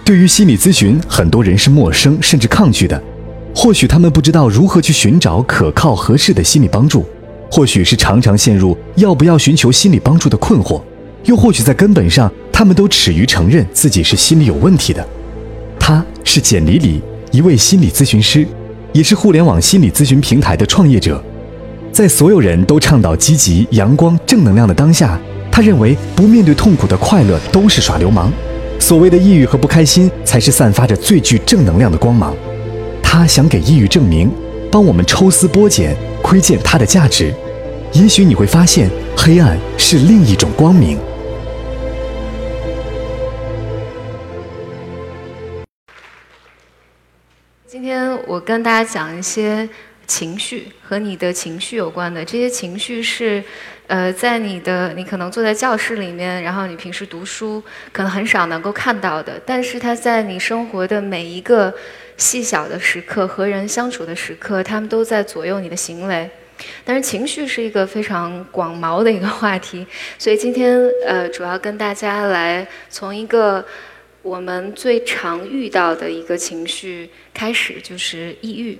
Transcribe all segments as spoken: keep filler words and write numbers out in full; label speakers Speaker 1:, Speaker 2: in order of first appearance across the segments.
Speaker 1: 对于心理咨询，很多人是陌生甚至抗拒的。或许他们不知道如何去寻找可靠合适的心理帮助，或许是常常陷入要不要寻求心理帮助的困惑，又或许在根本上他们都耻于承认自己是心理有问题的。他是简里里，一位心理咨询师，也是互联网心理咨询平台的创业者。在所有人都倡导积极、阳光、正能量的当下，他认为不面对痛苦的快乐都是耍流氓，所谓的抑郁和不开心才是散发着最具正能量的光芒。他想给抑郁证明，帮我们抽丝剥茧，窥见它的价值。也许你会发现，黑暗是另一种光明。
Speaker 2: 今天我跟大家讲一些情绪和你的情绪有关的，这些情绪是，呃，在你的你可能坐在教室里面，然后你平时读书可能很少能够看到的，但是它在你生活的每一个细小的时刻、和人相处的时刻，他们都在左右你的行为。但是情绪是一个非常广袤的一个话题，所以今天呃，主要跟大家来从一个我们最常遇到的一个情绪开始，就是抑郁。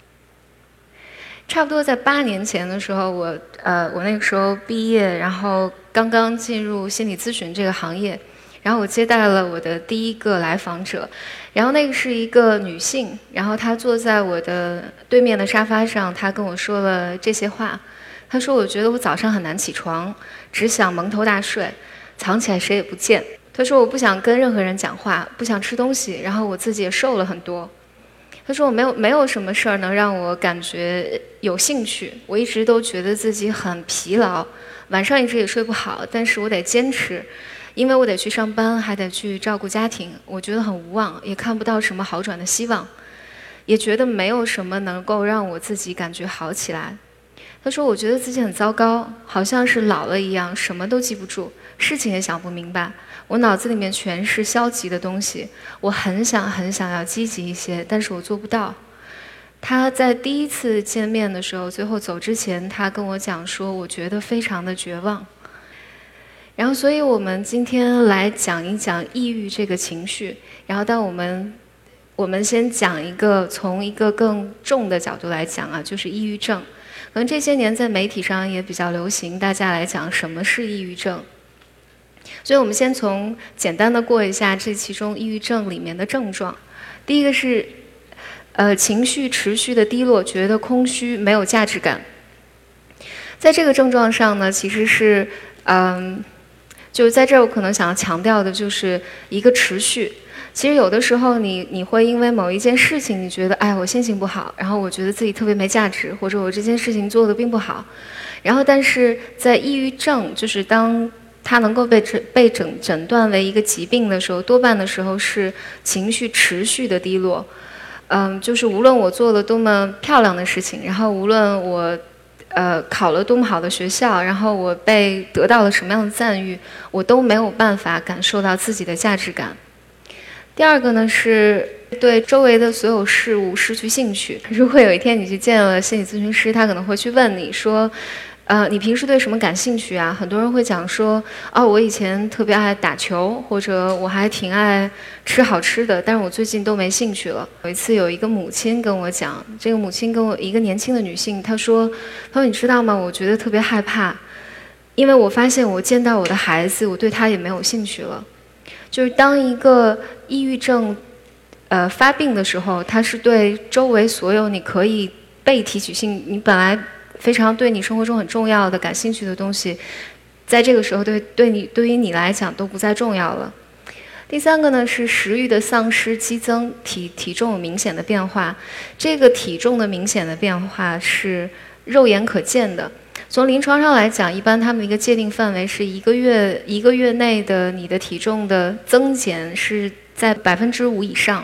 Speaker 2: 差不多在八年前的时候，我呃，我那个时候毕业，然后刚刚进入心理咨询这个行业，然后我接待了我的第一个来访者，然后那个是一个女性，然后她坐在我的对面的沙发上，她跟我说了这些话。她说：“我觉得我早上很难起床，只想蒙头大睡，藏起来谁也不见。”她说：“我不想跟任何人讲话，不想吃东西，然后我自己也瘦了很多。”她说：“我没有没有什么事儿能让我感觉有兴趣，我一直都觉得自己很疲劳，晚上一直也睡不好，但是我得坚持。”因为我得去上班，还得去照顾家庭，我觉得很无望，也看不到什么好转的希望，也觉得没有什么能够让我自己感觉好起来。他说：“我觉得自己很糟糕，好像是老了一样，什么都记不住，事情也想不明白，我脑子里面全是消极的东西，我很想很想要积极一些，但是我做不到。”他在第一次见面的时候，最后走之前，他跟我讲说：“我觉得非常的绝望。”然后，所以我们今天来讲一讲抑郁这个情绪。然后，当我们我们先讲一个从一个更重的角度来讲啊，就是抑郁症。可能这些年在媒体上也比较流行，大家来讲什么是抑郁症。所以我们先从简单的过一下这其中抑郁症里面的症状。第一个是，呃，情绪持续的低落，觉得空虚，没有价值感。在这个症状上呢，其实是，嗯。就是在这儿，我可能想要强调的就是一个持续。其实有的时候你，你你会因为某一件事情，你觉得，哎，我心情不好，然后我觉得自己特别没价值，或者我这件事情做得并不好。然后，但是在抑郁症，就是当它能够被诊被诊诊断为一个疾病的时候，多半的时候是情绪持续的低落。嗯，就是无论我做了多么漂亮的事情，然后无论我。呃，考了多么好的学校，然后我被得到了什么样的赞誉，我都没有办法感受到自己的价值感。第二个呢，是对周围的所有事物失去兴趣。如果有一天你去见了心理咨询师，他可能会去问你说，呃，你平时对什么感兴趣啊？很多人会讲说，哦，我以前特别爱打球，或者我还挺爱吃好吃的，但是我最近都没兴趣了。有一次有一个母亲跟我讲，这个母亲跟我一个年轻的女性，她说，她说你知道吗？我觉得特别害怕，因为我发现我见到我的孩子，我对他也没有兴趣了。就是当一个抑郁症，呃，发病的时候，它是对周围所有你可以被提取性，你本来非常对你生活中很重要的、感兴趣的东西，在这个时候对对你对于你来讲都不再重要了。第三个呢是食欲的丧失、激增，体体重有明显的变化。这个体重的明显的变化是肉眼可见的。从临床上来讲，一般他们的一个界定范围是一个月一个月内的你的体重的增减是在百分之五以上。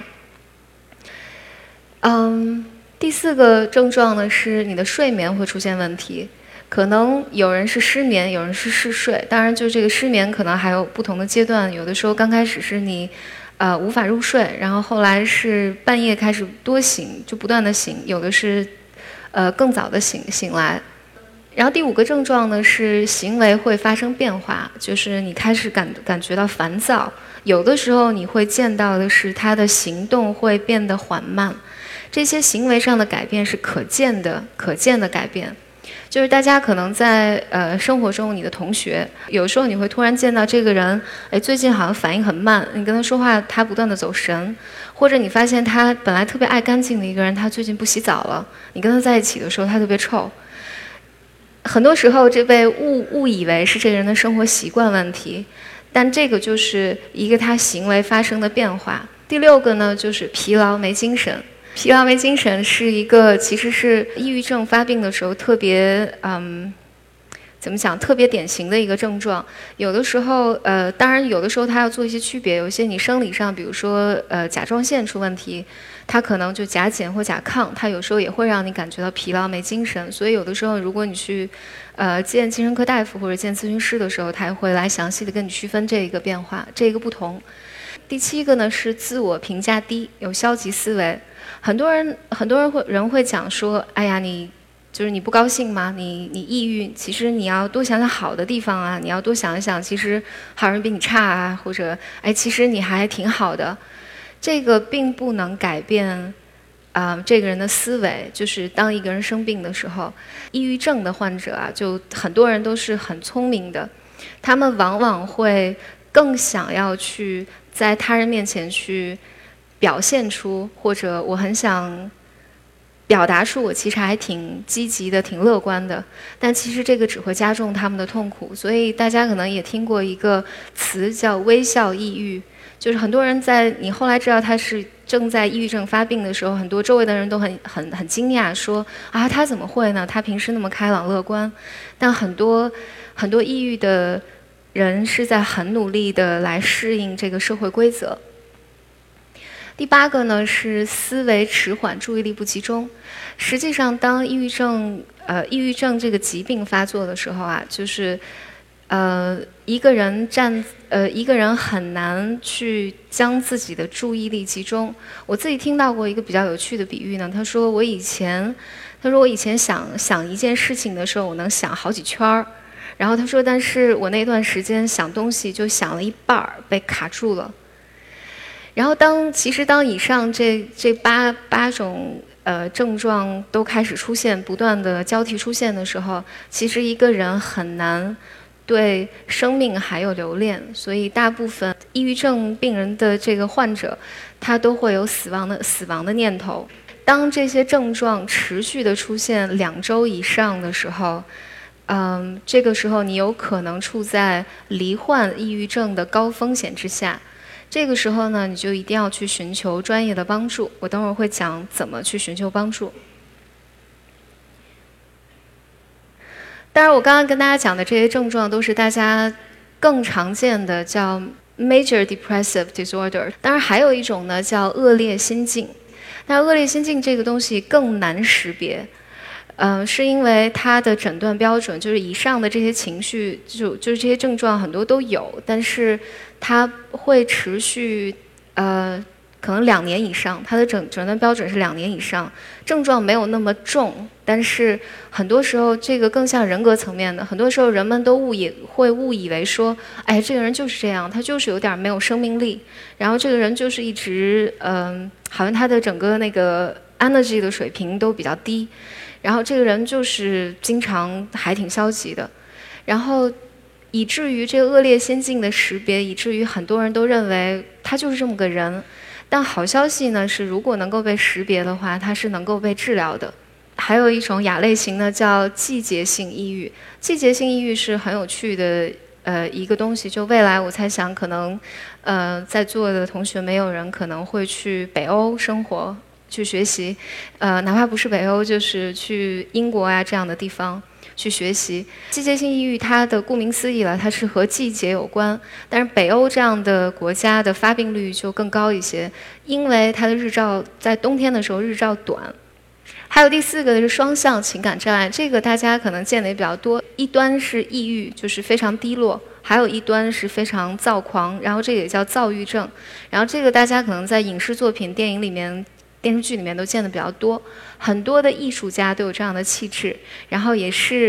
Speaker 2: 嗯。第四个症状呢是你的睡眠会出现问题，可能有人是失眠，有人是嗜睡。当然，就这个失眠可能还有不同的阶段，有的时候刚开始是你，呃，无法入睡，然后后来是半夜开始多醒，就不断的醒，有的是，呃，更早的醒醒来。 然后第五个症状呢是行为会发生变化，就是你开始感感觉到烦躁，有的时候你会见到的是他的行动会变得缓慢，这些行为上的改变是可见的、可见的改变。就是大家可能在呃生活中，你的同学有时候你会突然见到这个人，哎，最近好像反应很慢，你跟他说话，他不断的走神，或者你发现他本来特别爱干净的一个人，他最近不洗澡了，你跟他在一起的时候，他特别臭。很多时候这被误误以为是这个人的生活习惯问题，但这个就是一个他行为发生的变化。第六个呢，就是疲劳没精神。疲劳没精神是一个其实是抑郁症发病的时候特别嗯，怎么讲，特别典型的一个症状。有的时候呃，当然有的时候它要做一些区别，有些你生理上，比如说呃甲状腺出问题，它可能就甲减或甲亢，它有时候也会让你感觉到疲劳没精神。所以有的时候如果你去呃见精神科大夫或者见咨询师的时候，他也会来详细的跟你区分这一个变化，这一个不同。第七个呢是自我评价低，有消极思维。很多人很多人会人会讲说，哎呀，你就是你不高兴吗？你你抑郁，其实你要多想想好的地方啊，你要多想一想，其实好人比你差啊，或者哎，其实你还挺好的。这个并不能改变啊、呃、这个人的思维。就是当一个人生病的时候，抑郁症的患者啊，就很多人都是很聪明的，他们往往会更想要去在他人面前去表现出，或者我很想表达出我其实还挺积极的、挺乐观的，但其实这个只会加重他们的痛苦。所以大家可能也听过一个词叫微笑抑郁，就是很多人在你后来知道他是正在抑郁症发病的时候，很多周围的人都很很很惊讶，说啊，他怎么会呢？他平时那么开朗乐观。但很多很多抑郁的人是在很努力的来适应这个社会规则。第八个呢是思维迟缓、注意力不集中。实际上，当抑郁症呃抑郁症这个疾病发作的时候啊，就是呃一个人站呃一个人很难去将自己的注意力集中。我自己听到过一个比较有趣的比喻呢，他说我以前他说我以前想想一件事情的时候，我能想好几圈儿。然后他说，但是我那段时间想东西就想了一半儿，被卡住了。然后当其实当以上这这八八种呃症状都开始出现，不断的交替出现的时候，其实一个人很难对生命还有留恋。所以大部分抑郁症病人的这个患者，他都会有死亡的死亡的念头。当这些症状持续的出现两周以上的时候，嗯，这个时候你有可能处在罹患抑郁症的高风险之下。这个时候呢，你就一定要去寻求专业的帮助。我等会儿会讲怎么去寻求帮助。当然，我刚刚跟大家讲的这些症状都是大家更常见的，叫 major depressive disorder。当然，还有一种呢叫恶劣心境。那恶劣心境这个东西更难识别。呃，是因为它的诊断标准就是以上的这些情绪，就就是这些症状很多都有，但是它会持续呃可能两年以上，它的诊诊断标准是两年以上，症状没有那么重，但是很多时候这个更像人格层面的，很多时候人们都误以会误以为说，哎，这个人就是这样，他就是有点没有生命力，然后这个人就是一直嗯、呃，好像他的整个那个 energy 的水平都比较低。然后这个人就是经常还挺消极的，然后以至于这个恶劣心境的识别，以至于很多人都认为他就是这么个人。但好消息呢是，如果能够被识别的话，它是能够被治疗的。还有一种亚类型呢，叫季节性抑郁。季节性抑郁是很有趣的呃一个东西，就未来我猜想可能呃在座的同学没有人可能会去北欧生活。去学习，呃，哪怕不是北欧，就是去英国啊这样的地方去学习。季节性抑郁，它的顾名思义了，它是和季节有关。但是北欧这样的国家的发病率就更高一些，因为它的日照在冬天的时候日照短。还有第四个是双向情感障碍，这个大家可能见的也比较多。一端是抑郁，就是非常低落；还有一端是非常躁狂，然后这个也叫躁郁症。然后这个大家可能在影视作品、电影里面。电视剧里面都见的比较多，很多的艺术家都有这样的气质，然后也是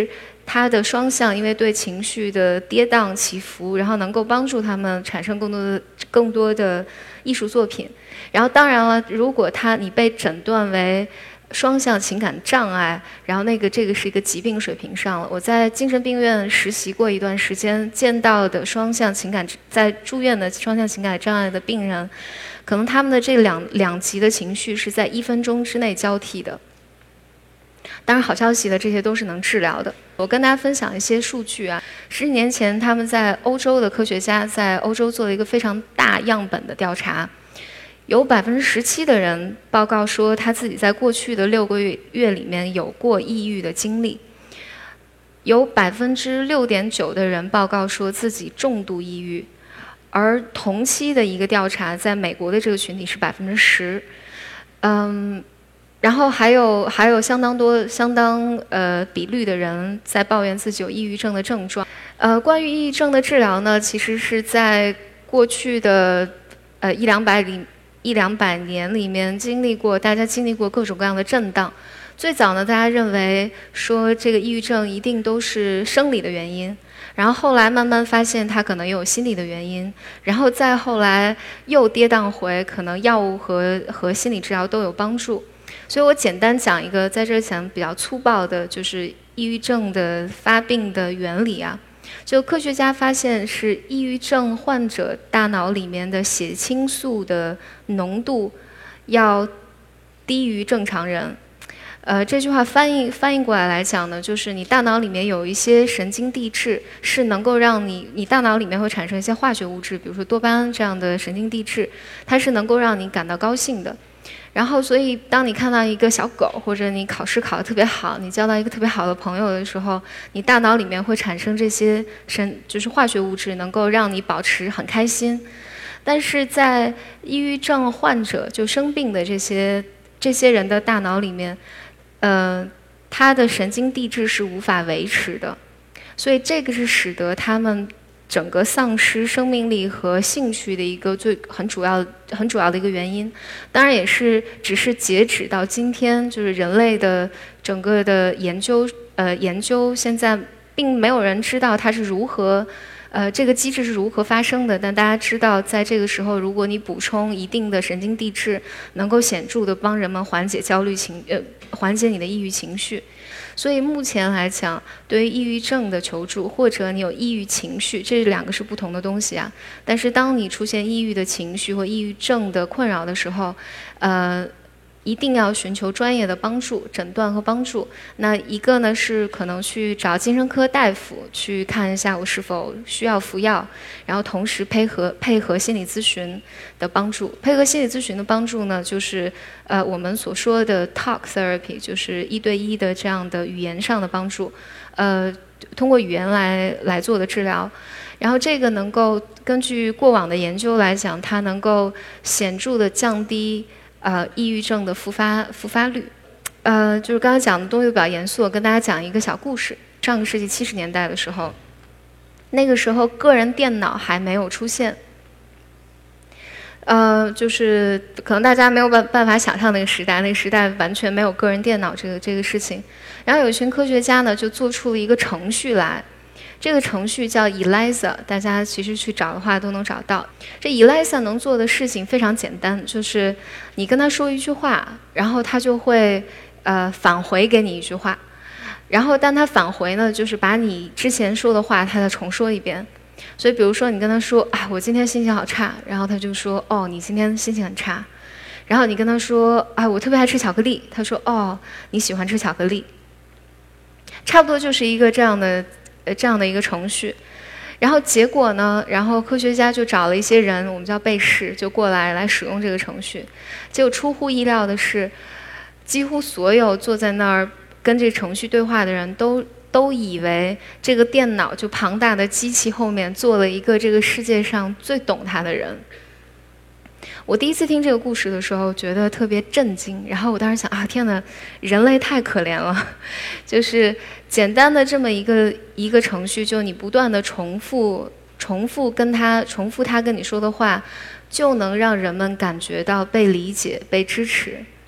Speaker 2: 它的双向，因为对情绪的跌宕起伏，然后能够帮助他们产生更多的更多的艺术作品。然后当然了，如果他你被诊断为双向情感障碍，然后那个这个是一个疾病水平上了。我在精神病院实习过一段时间，见到的双向情感在住院的双向情感障碍的病人，可能他们的这两两极的情绪是在一分钟之内交替的。当然，好消息的这些都是能治疗的。我跟大家分享一些数据啊，十几年前他们在欧洲的科学家在欧洲做了一个非常大样本的调查。有百分之十七的人报告说他自己在过去的六个月月里面有过抑郁的经历，有百分之六点九的人报告说自己重度抑郁，而同期的一个调查在美国的这个群体是百分之十，嗯，然后还有还有相当多相当呃比率的人在抱怨自己有抑郁症的症状。呃，关于抑郁症的治疗呢，其实是在过去的呃一两百里。一两百年里面经历过，大家经历过各种各样的震荡。最早呢，大家认为说这个抑郁症一定都是生理的原因，然后后来慢慢发现它可能也有心理的原因，然后再后来又跌宕回，可能药物和和心理治疗都有帮助。所以我简单讲一个，在这讲比较粗暴的，就是抑郁症的发病的原理啊。就科学家发现，是抑郁症患者大脑里面的血清素的浓度要低于正常人。呃，这句话翻译翻译过来来讲呢，就是你大脑里面有一些神经递质是能够让你，你大脑里面会产生一些化学物质，比如说多巴胺这样的神经递质，它是能够让你感到高兴的。然后，所以当你看到一个小狗，或者你考试考得特别好，你交到一个特别好的朋友的时候，你大脑里面会产生这些神，就是化学物质，能够让你保持很开心。但是在抑郁症患者就生病的这些这些人的大脑里面，呃，他的神经递质是无法维持的，所以这个是使得他们整个丧失生命力和兴趣的一个最很主要很主要的一个原因。当然也是只是截止到今天，就是人类的整个的研究呃研究现在并没有人知道它是如何呃这个机制是如何发生的，但大家知道在这个时候，如果你补充一定的神经递质，能够显著的帮人们缓解焦虑情呃缓解你的抑郁情绪。所以目前来讲，对于抑郁症的求助，或者你有抑郁情绪，这两个是不同的东西啊。但是当你出现抑郁的情绪或抑郁症的困扰的时候，呃，一定要寻求专业的帮助、诊断和帮助。那一个呢是可能去找精神科大夫去看一下我是否需要服药，然后同时配合配合心理咨询的帮助。配合心理咨询的帮助呢，就是呃我们所说的 talk therapy， 就是一对一的这样的语言上的帮助，呃，通过语言来来做的治疗。然后这个能够根据过往的研究来讲，它能够显著的降低呃，抑郁症的复发复发率，呃，就是刚才讲的东西比较严肃，我跟大家讲一个小故事。上个世纪七十年代的时候，那个时候个人电脑还没有出现，呃，就是可能大家没有办办法想象那个时代，那个时代完全没有个人电脑这个这个事情。然后有一群科学家呢，就做出了一个程序来。这个程序叫 Eliza， 大家其实去找的话都能找到。这 Eliza 能做的事情非常简单，就是你跟他说一句话，然后他就会呃返回给你一句话，然后当他返回呢，就是把你之前说的话他再重说一遍。所以比如说你跟他说啊，我今天心情好差，然后他就说哦，你今天心情很差。然后你跟他说啊，我特别爱吃巧克力，他说哦，你喜欢吃巧克力。差不多就是一个这样的。呃，这样的一个程序，然后结果呢，然后科学家就找了一些人，我们叫被试，就过来来使用这个程序。结果出乎意料的是，几乎所有坐在那儿跟这个程序对话的人都都以为这个电脑就庞大的机器后面坐了一个这个世界上最懂它的人。我第一次听这个故事的时候，觉得特别震惊。然后我当时想啊，天哪，人类太可怜了。就是简单的这么一个一个程序，就你不断的重复、重复跟他、重复他跟你说的话，就能让人们感觉到被理解、被支持。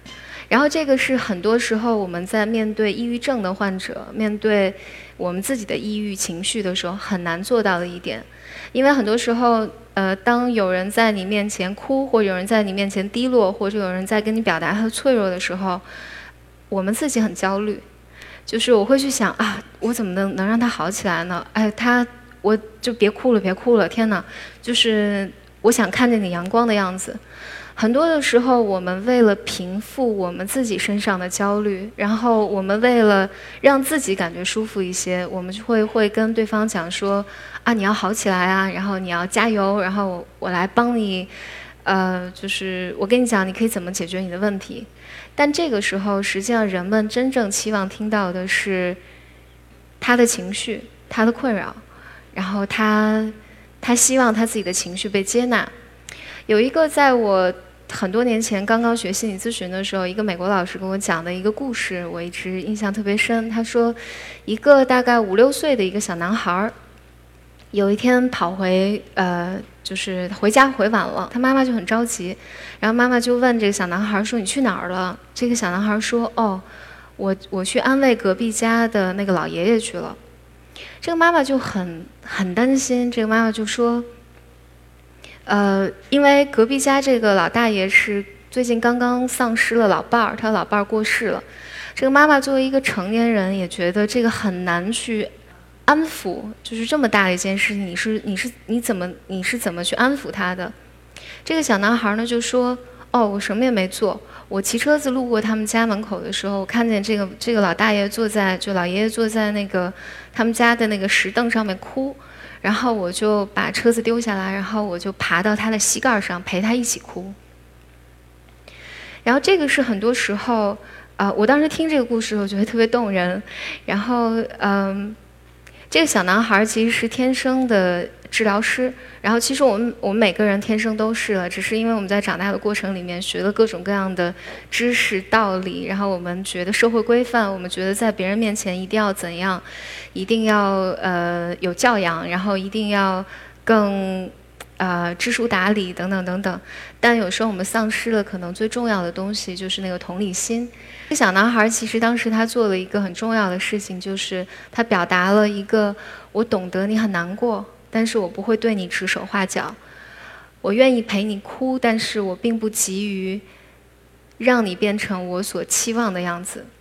Speaker 2: 然后这个是很多时候我们在面对抑郁症的患者，面对我们自己的抑郁情绪的时候很难做到的一点。因为很多时候，呃，当有人在你面前哭，或者有人在你面前低落，或者有人在跟你表达他的脆弱的时候，我们自己很焦虑。就是我会去想啊，我怎么能能让他好起来呢？哎，他我就别哭了，别哭了，天哪！就是我想看见你阳光的样子。很多的时候，我们为了平复我们自己身上的焦虑，然后我们为了让自己感觉舒服一些，我们就会会跟对方讲说啊，你要好起来啊，然后你要加油，然后我来帮你，呃，就是我跟你讲，你可以怎么解决你的问题。但这个时候，实际上人们真正期望听到的是他的情绪，他的困扰，然后他他希望他自己的情绪被接纳。有一个在我很多年前刚刚学心理咨询的时候，一个美国老师跟我讲的一个故事，我一直印象特别深。他说，一个大概五六岁的一个小男孩，有一天跑回呃，就是回家回晚了，他妈妈就很着急，然后妈妈就问这个小男孩说：“你去哪儿了？”这个小男孩说：“哦，我我去安慰隔壁家的那个老爷爷去了。”这个妈妈就很很担心，这个妈妈就说。呃，因为隔壁家这个老大爷是最近刚刚丧失了老伴儿，他老伴儿过世了。这个妈妈作为一个成年人，也觉得这个很难去安抚，就是这么大的一件事情，你是你是你怎么你是怎么去安抚他的？这个小男孩呢就说：“哦，我什么也没做，我骑车子路过他们家门口的时候，我看见这个这个老大爷坐在就老爷爷坐在那个他们家的那个石凳上面哭。”然后我就把车子丢下来，然后我就爬到他的膝盖上陪他一起哭。然后这个是很多时候，啊、呃，我当时听这个故事，我觉得特别动人。然后，嗯，这个小男孩其实是天生的治疗师。然后，其实我们我们每个人天生都是了，只是因为我们在长大的过程里面学了各种各样的知识道理，然后我们觉得社会规范，我们觉得在别人面前一定要怎样，一定要呃有教养，然后一定要更呃知书达理等等等等。但有时候我们丧失了可能最重要的东西，就是那个同理心。这小男孩其实当时他做了一个很重要的事情，就是他表达了一个我懂得你很难过。但是我不会对你指手画脚，我愿意陪你哭，但是我并不急于让你变成我所期望的样子。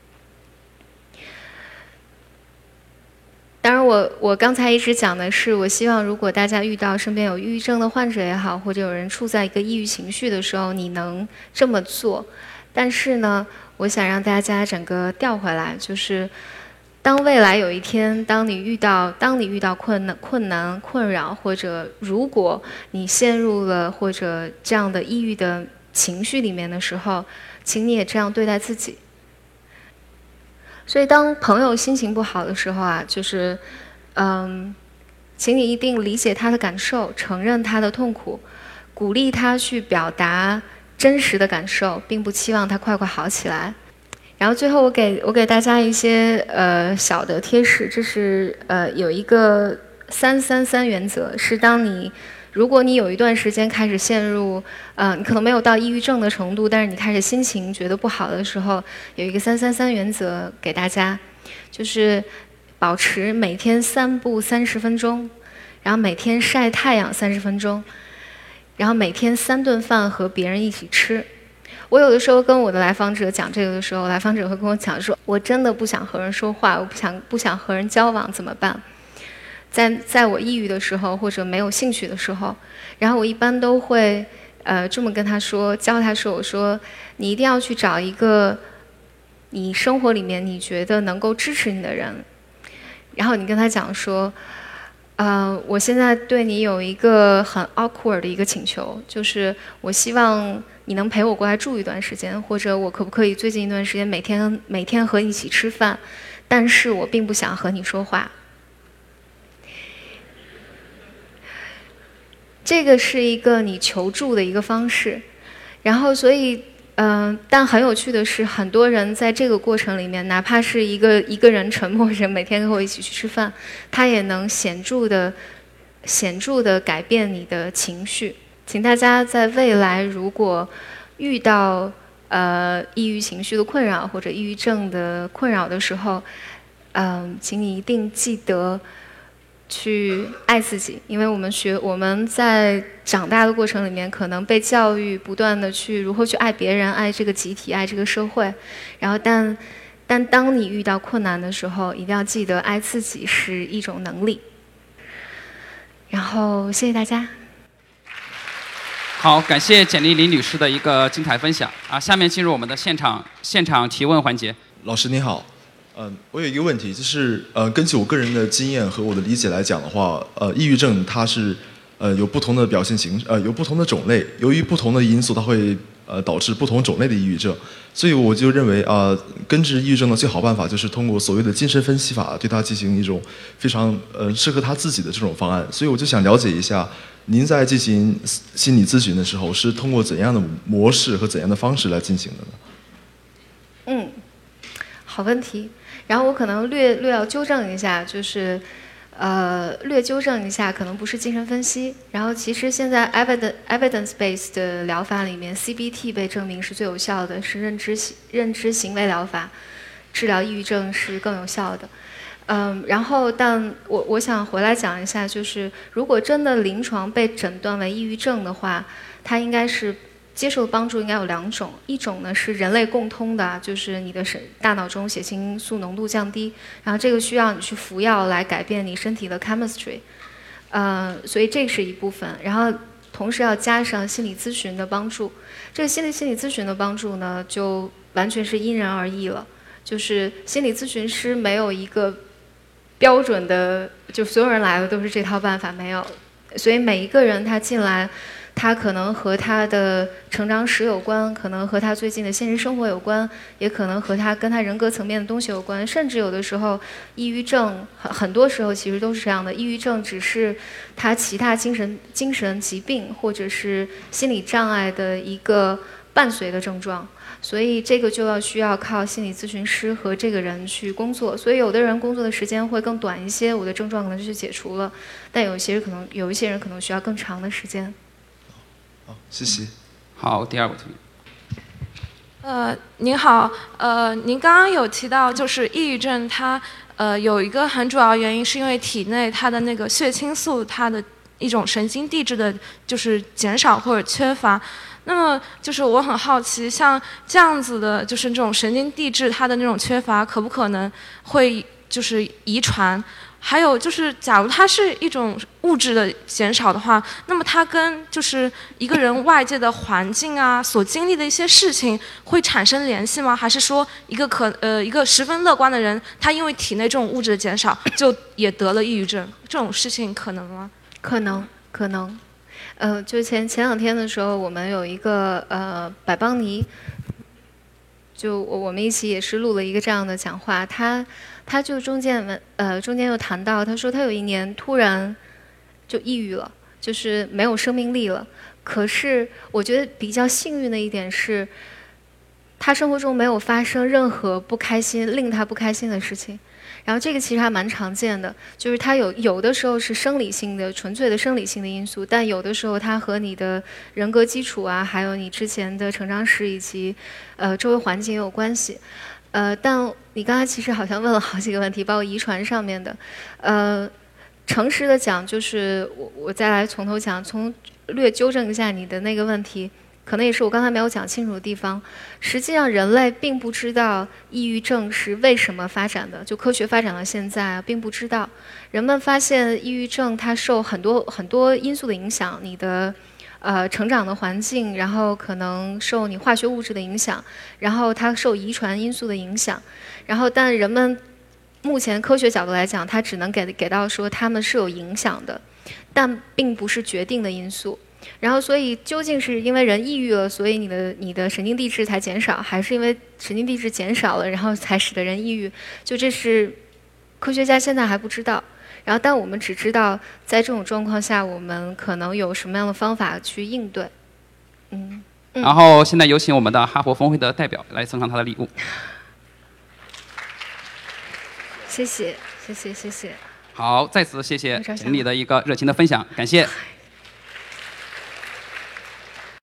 Speaker 2: 当然我，我刚才一直讲的是，我希望如果大家遇到身边有抑郁症的患者也好，或者有人处在一个抑郁情绪的时候，你能这么做。但是呢，我想让大家整个调回来，就是。当未来有一天，当你遇到当你遇到困难、困难、困扰，或者如果你陷入了或者这样的抑郁的情绪里面的时候，请你也这样对待自己。所以，当朋友心情不好的时候啊，就是，嗯，请你一定理解他的感受，承认他的痛苦，鼓励他去表达真实的感受，并不期望他快快好起来。然后最后我给我给大家一些呃小的贴士，这是呃有一个三三三原则，是当你如果你有一段时间开始陷入呃你可能没有到抑郁症的程度，但是你开始心情觉得不好的时候，有一个三三三原则给大家，就是保持每天散步三十分钟，然后每天晒太阳三十分钟，然后每天三顿饭和别人一起吃。我有的时候跟我的来访者讲这个的时候，来访者会跟我讲说：“我真的不想和人说话，我不想不想和人交往，怎么办？”在在我抑郁的时候或者没有兴趣的时候，然后我一般都会呃这么跟他说，教他说：“我说你一定要去找一个你生活里面你觉得能够支持你的人，然后你跟他讲说。”呃，我现在对你有一个很 awkward 的一个请求，就是我希望你能陪我过来住一段时间，或者我可不可以最近一段时间每天每天和你一起吃饭，但是我并不想和你说话。这个是一个你求助的一个方式，然后所以。嗯、呃，但很有趣的是，很多人在这个过程里面，哪怕是一个一个人沉默人，每天跟我一起去吃饭，他也能显著的、显著的改变你的情绪。请大家在未来如果遇到呃抑郁情绪的困扰或者抑郁症的困扰的时候，嗯，请你一定记得去爱自己，因为我们学我们在长大的过程里面，可能被教育不断的去如何去爱别人、爱这个集体、爱这个社会，然后但但当你遇到困难的时候，一定要记得爱自己是一种能力。然后谢谢大家。
Speaker 3: 好，感谢简丽林女士的一个精彩分享啊！下面进入我们的现场现场提问环节。
Speaker 4: 老师你好。嗯，我有一个问题，就是呃，根据我个人的经验和我的理解来讲的话，呃，抑郁症它是呃有不同的表现形，呃有不同的种类，由于不同的因素，它会呃导致不同种类的抑郁症，所以我就认为啊、呃，根治抑郁症的最好办法就是通过所谓的精神分析法，对它进行一种非常呃适合他自己的这种方案。所以我就想了解一下，您在进行心理咨询的时候，是通过怎样的模式和怎样的方式来进行的呢？
Speaker 2: 嗯，好问题。然后我可能略略要纠正一下，就是，呃，略纠正一下，可能不是精神分析。然后其实现在 evidence evidence based 的疗法里面 ，C B T 被证明是最有效的，是认知认知行为疗法，治疗抑郁症是更有效的。嗯，然后但我我想回来讲一下，就是如果真的临床被诊断为抑郁症的话，它应该是。接受的帮助应该有两种，一种呢是人类共通的，就是你的神大脑中血清素浓度降低，然后这个需要你去服药来改变你身体的 chemistry， 呃，所以这是一部分。然后同时要加上心理咨询的帮助，这个心理心理咨询的帮助呢，就完全是因人而异了。就是心理咨询师没有一个标准的，就所有人来的都是这套办法，没有，所以每一个人他进来。他可能和他的成长史有关，可能和他最近的现实生活有关，也可能和他跟他人格层面的东西有关，甚至有的时候，抑郁症很很多时候其实都是这样的。抑郁症只是他其他精神精神疾病或者是心理障碍的一个伴随的症状，所以这个就要需要靠心理咨询师和这个人去工作。所以有的人工作的时间会更短一些，我的症状可能就解除了，但有一些人可能有一些人可能需要更长的时间。
Speaker 4: 好，谢谢。
Speaker 3: 好，第二位同学。
Speaker 5: 呃，您好，呃，您刚刚有提到，就是抑郁症它呃有一个很主要原因，是因为体内它的那个血清素它的一种神经递质的，就是减少或者缺乏。那么就是我很好奇，像这样子的，就是这种神经递质它的那种缺乏，可不可能会就是遗传？还有就是，假如它是一种物质的减少的话，那么它跟就是一个人外界的环境啊，所经历的一些事情会产生联系吗？还是说一个可呃一个十分乐观的人，他因为体内这种物质的减少，就也得了抑郁症？这种事情可能吗？
Speaker 2: 可能，可能。呃，就前前两天的时候，我们有一个呃百邦尼，就我们一起也是录了一个这样的讲话，他。他就中间呃中间又谈到，他说他有一年突然就抑郁了，就是没有生命力了。可是我觉得比较幸运的一点是，他生活中没有发生任何不开心、令他不开心的事情。然后这个其实还蛮常见的，就是他有有的时候是生理性的、纯粹的生理性的因素，但有的时候它和你的人格基础啊，还有你之前的成长史以及呃周围环境也有关系。呃，但你刚才其实好像问了好几个问题，包括遗传上面的。呃，诚实的讲，就是我我再来从头讲，从略纠正一下你的那个问题，可能也是我刚才没有讲清楚的地方。实际上，人类并不知道抑郁症是为什么发展的，就科学发展到现在，并不知道。人们发现抑郁症它受很多很多因素的影响，你的。呃，成长的环境，然后可能受你化学物质的影响，然后它受遗传因素的影响，然后但人们目前科学角度来讲，它只能给给到说它们是有影响的，但并不是决定的因素。然后，所以究竟是因为人抑郁了，所以你的你的神经递质才减少，还是因为神经递质减少了，然后才使得人抑郁？就这是科学家现在还不知道。然后，但我们只知道，在这种状况下，我们可能有什么样的方法去应对。嗯。嗯
Speaker 3: 然后，现在有请我们的哈佛峰会的代表来送上他的礼物。
Speaker 2: 谢谢，谢谢，谢谢。
Speaker 3: 好，再次谢谢简历的一个热情的分享，感谢。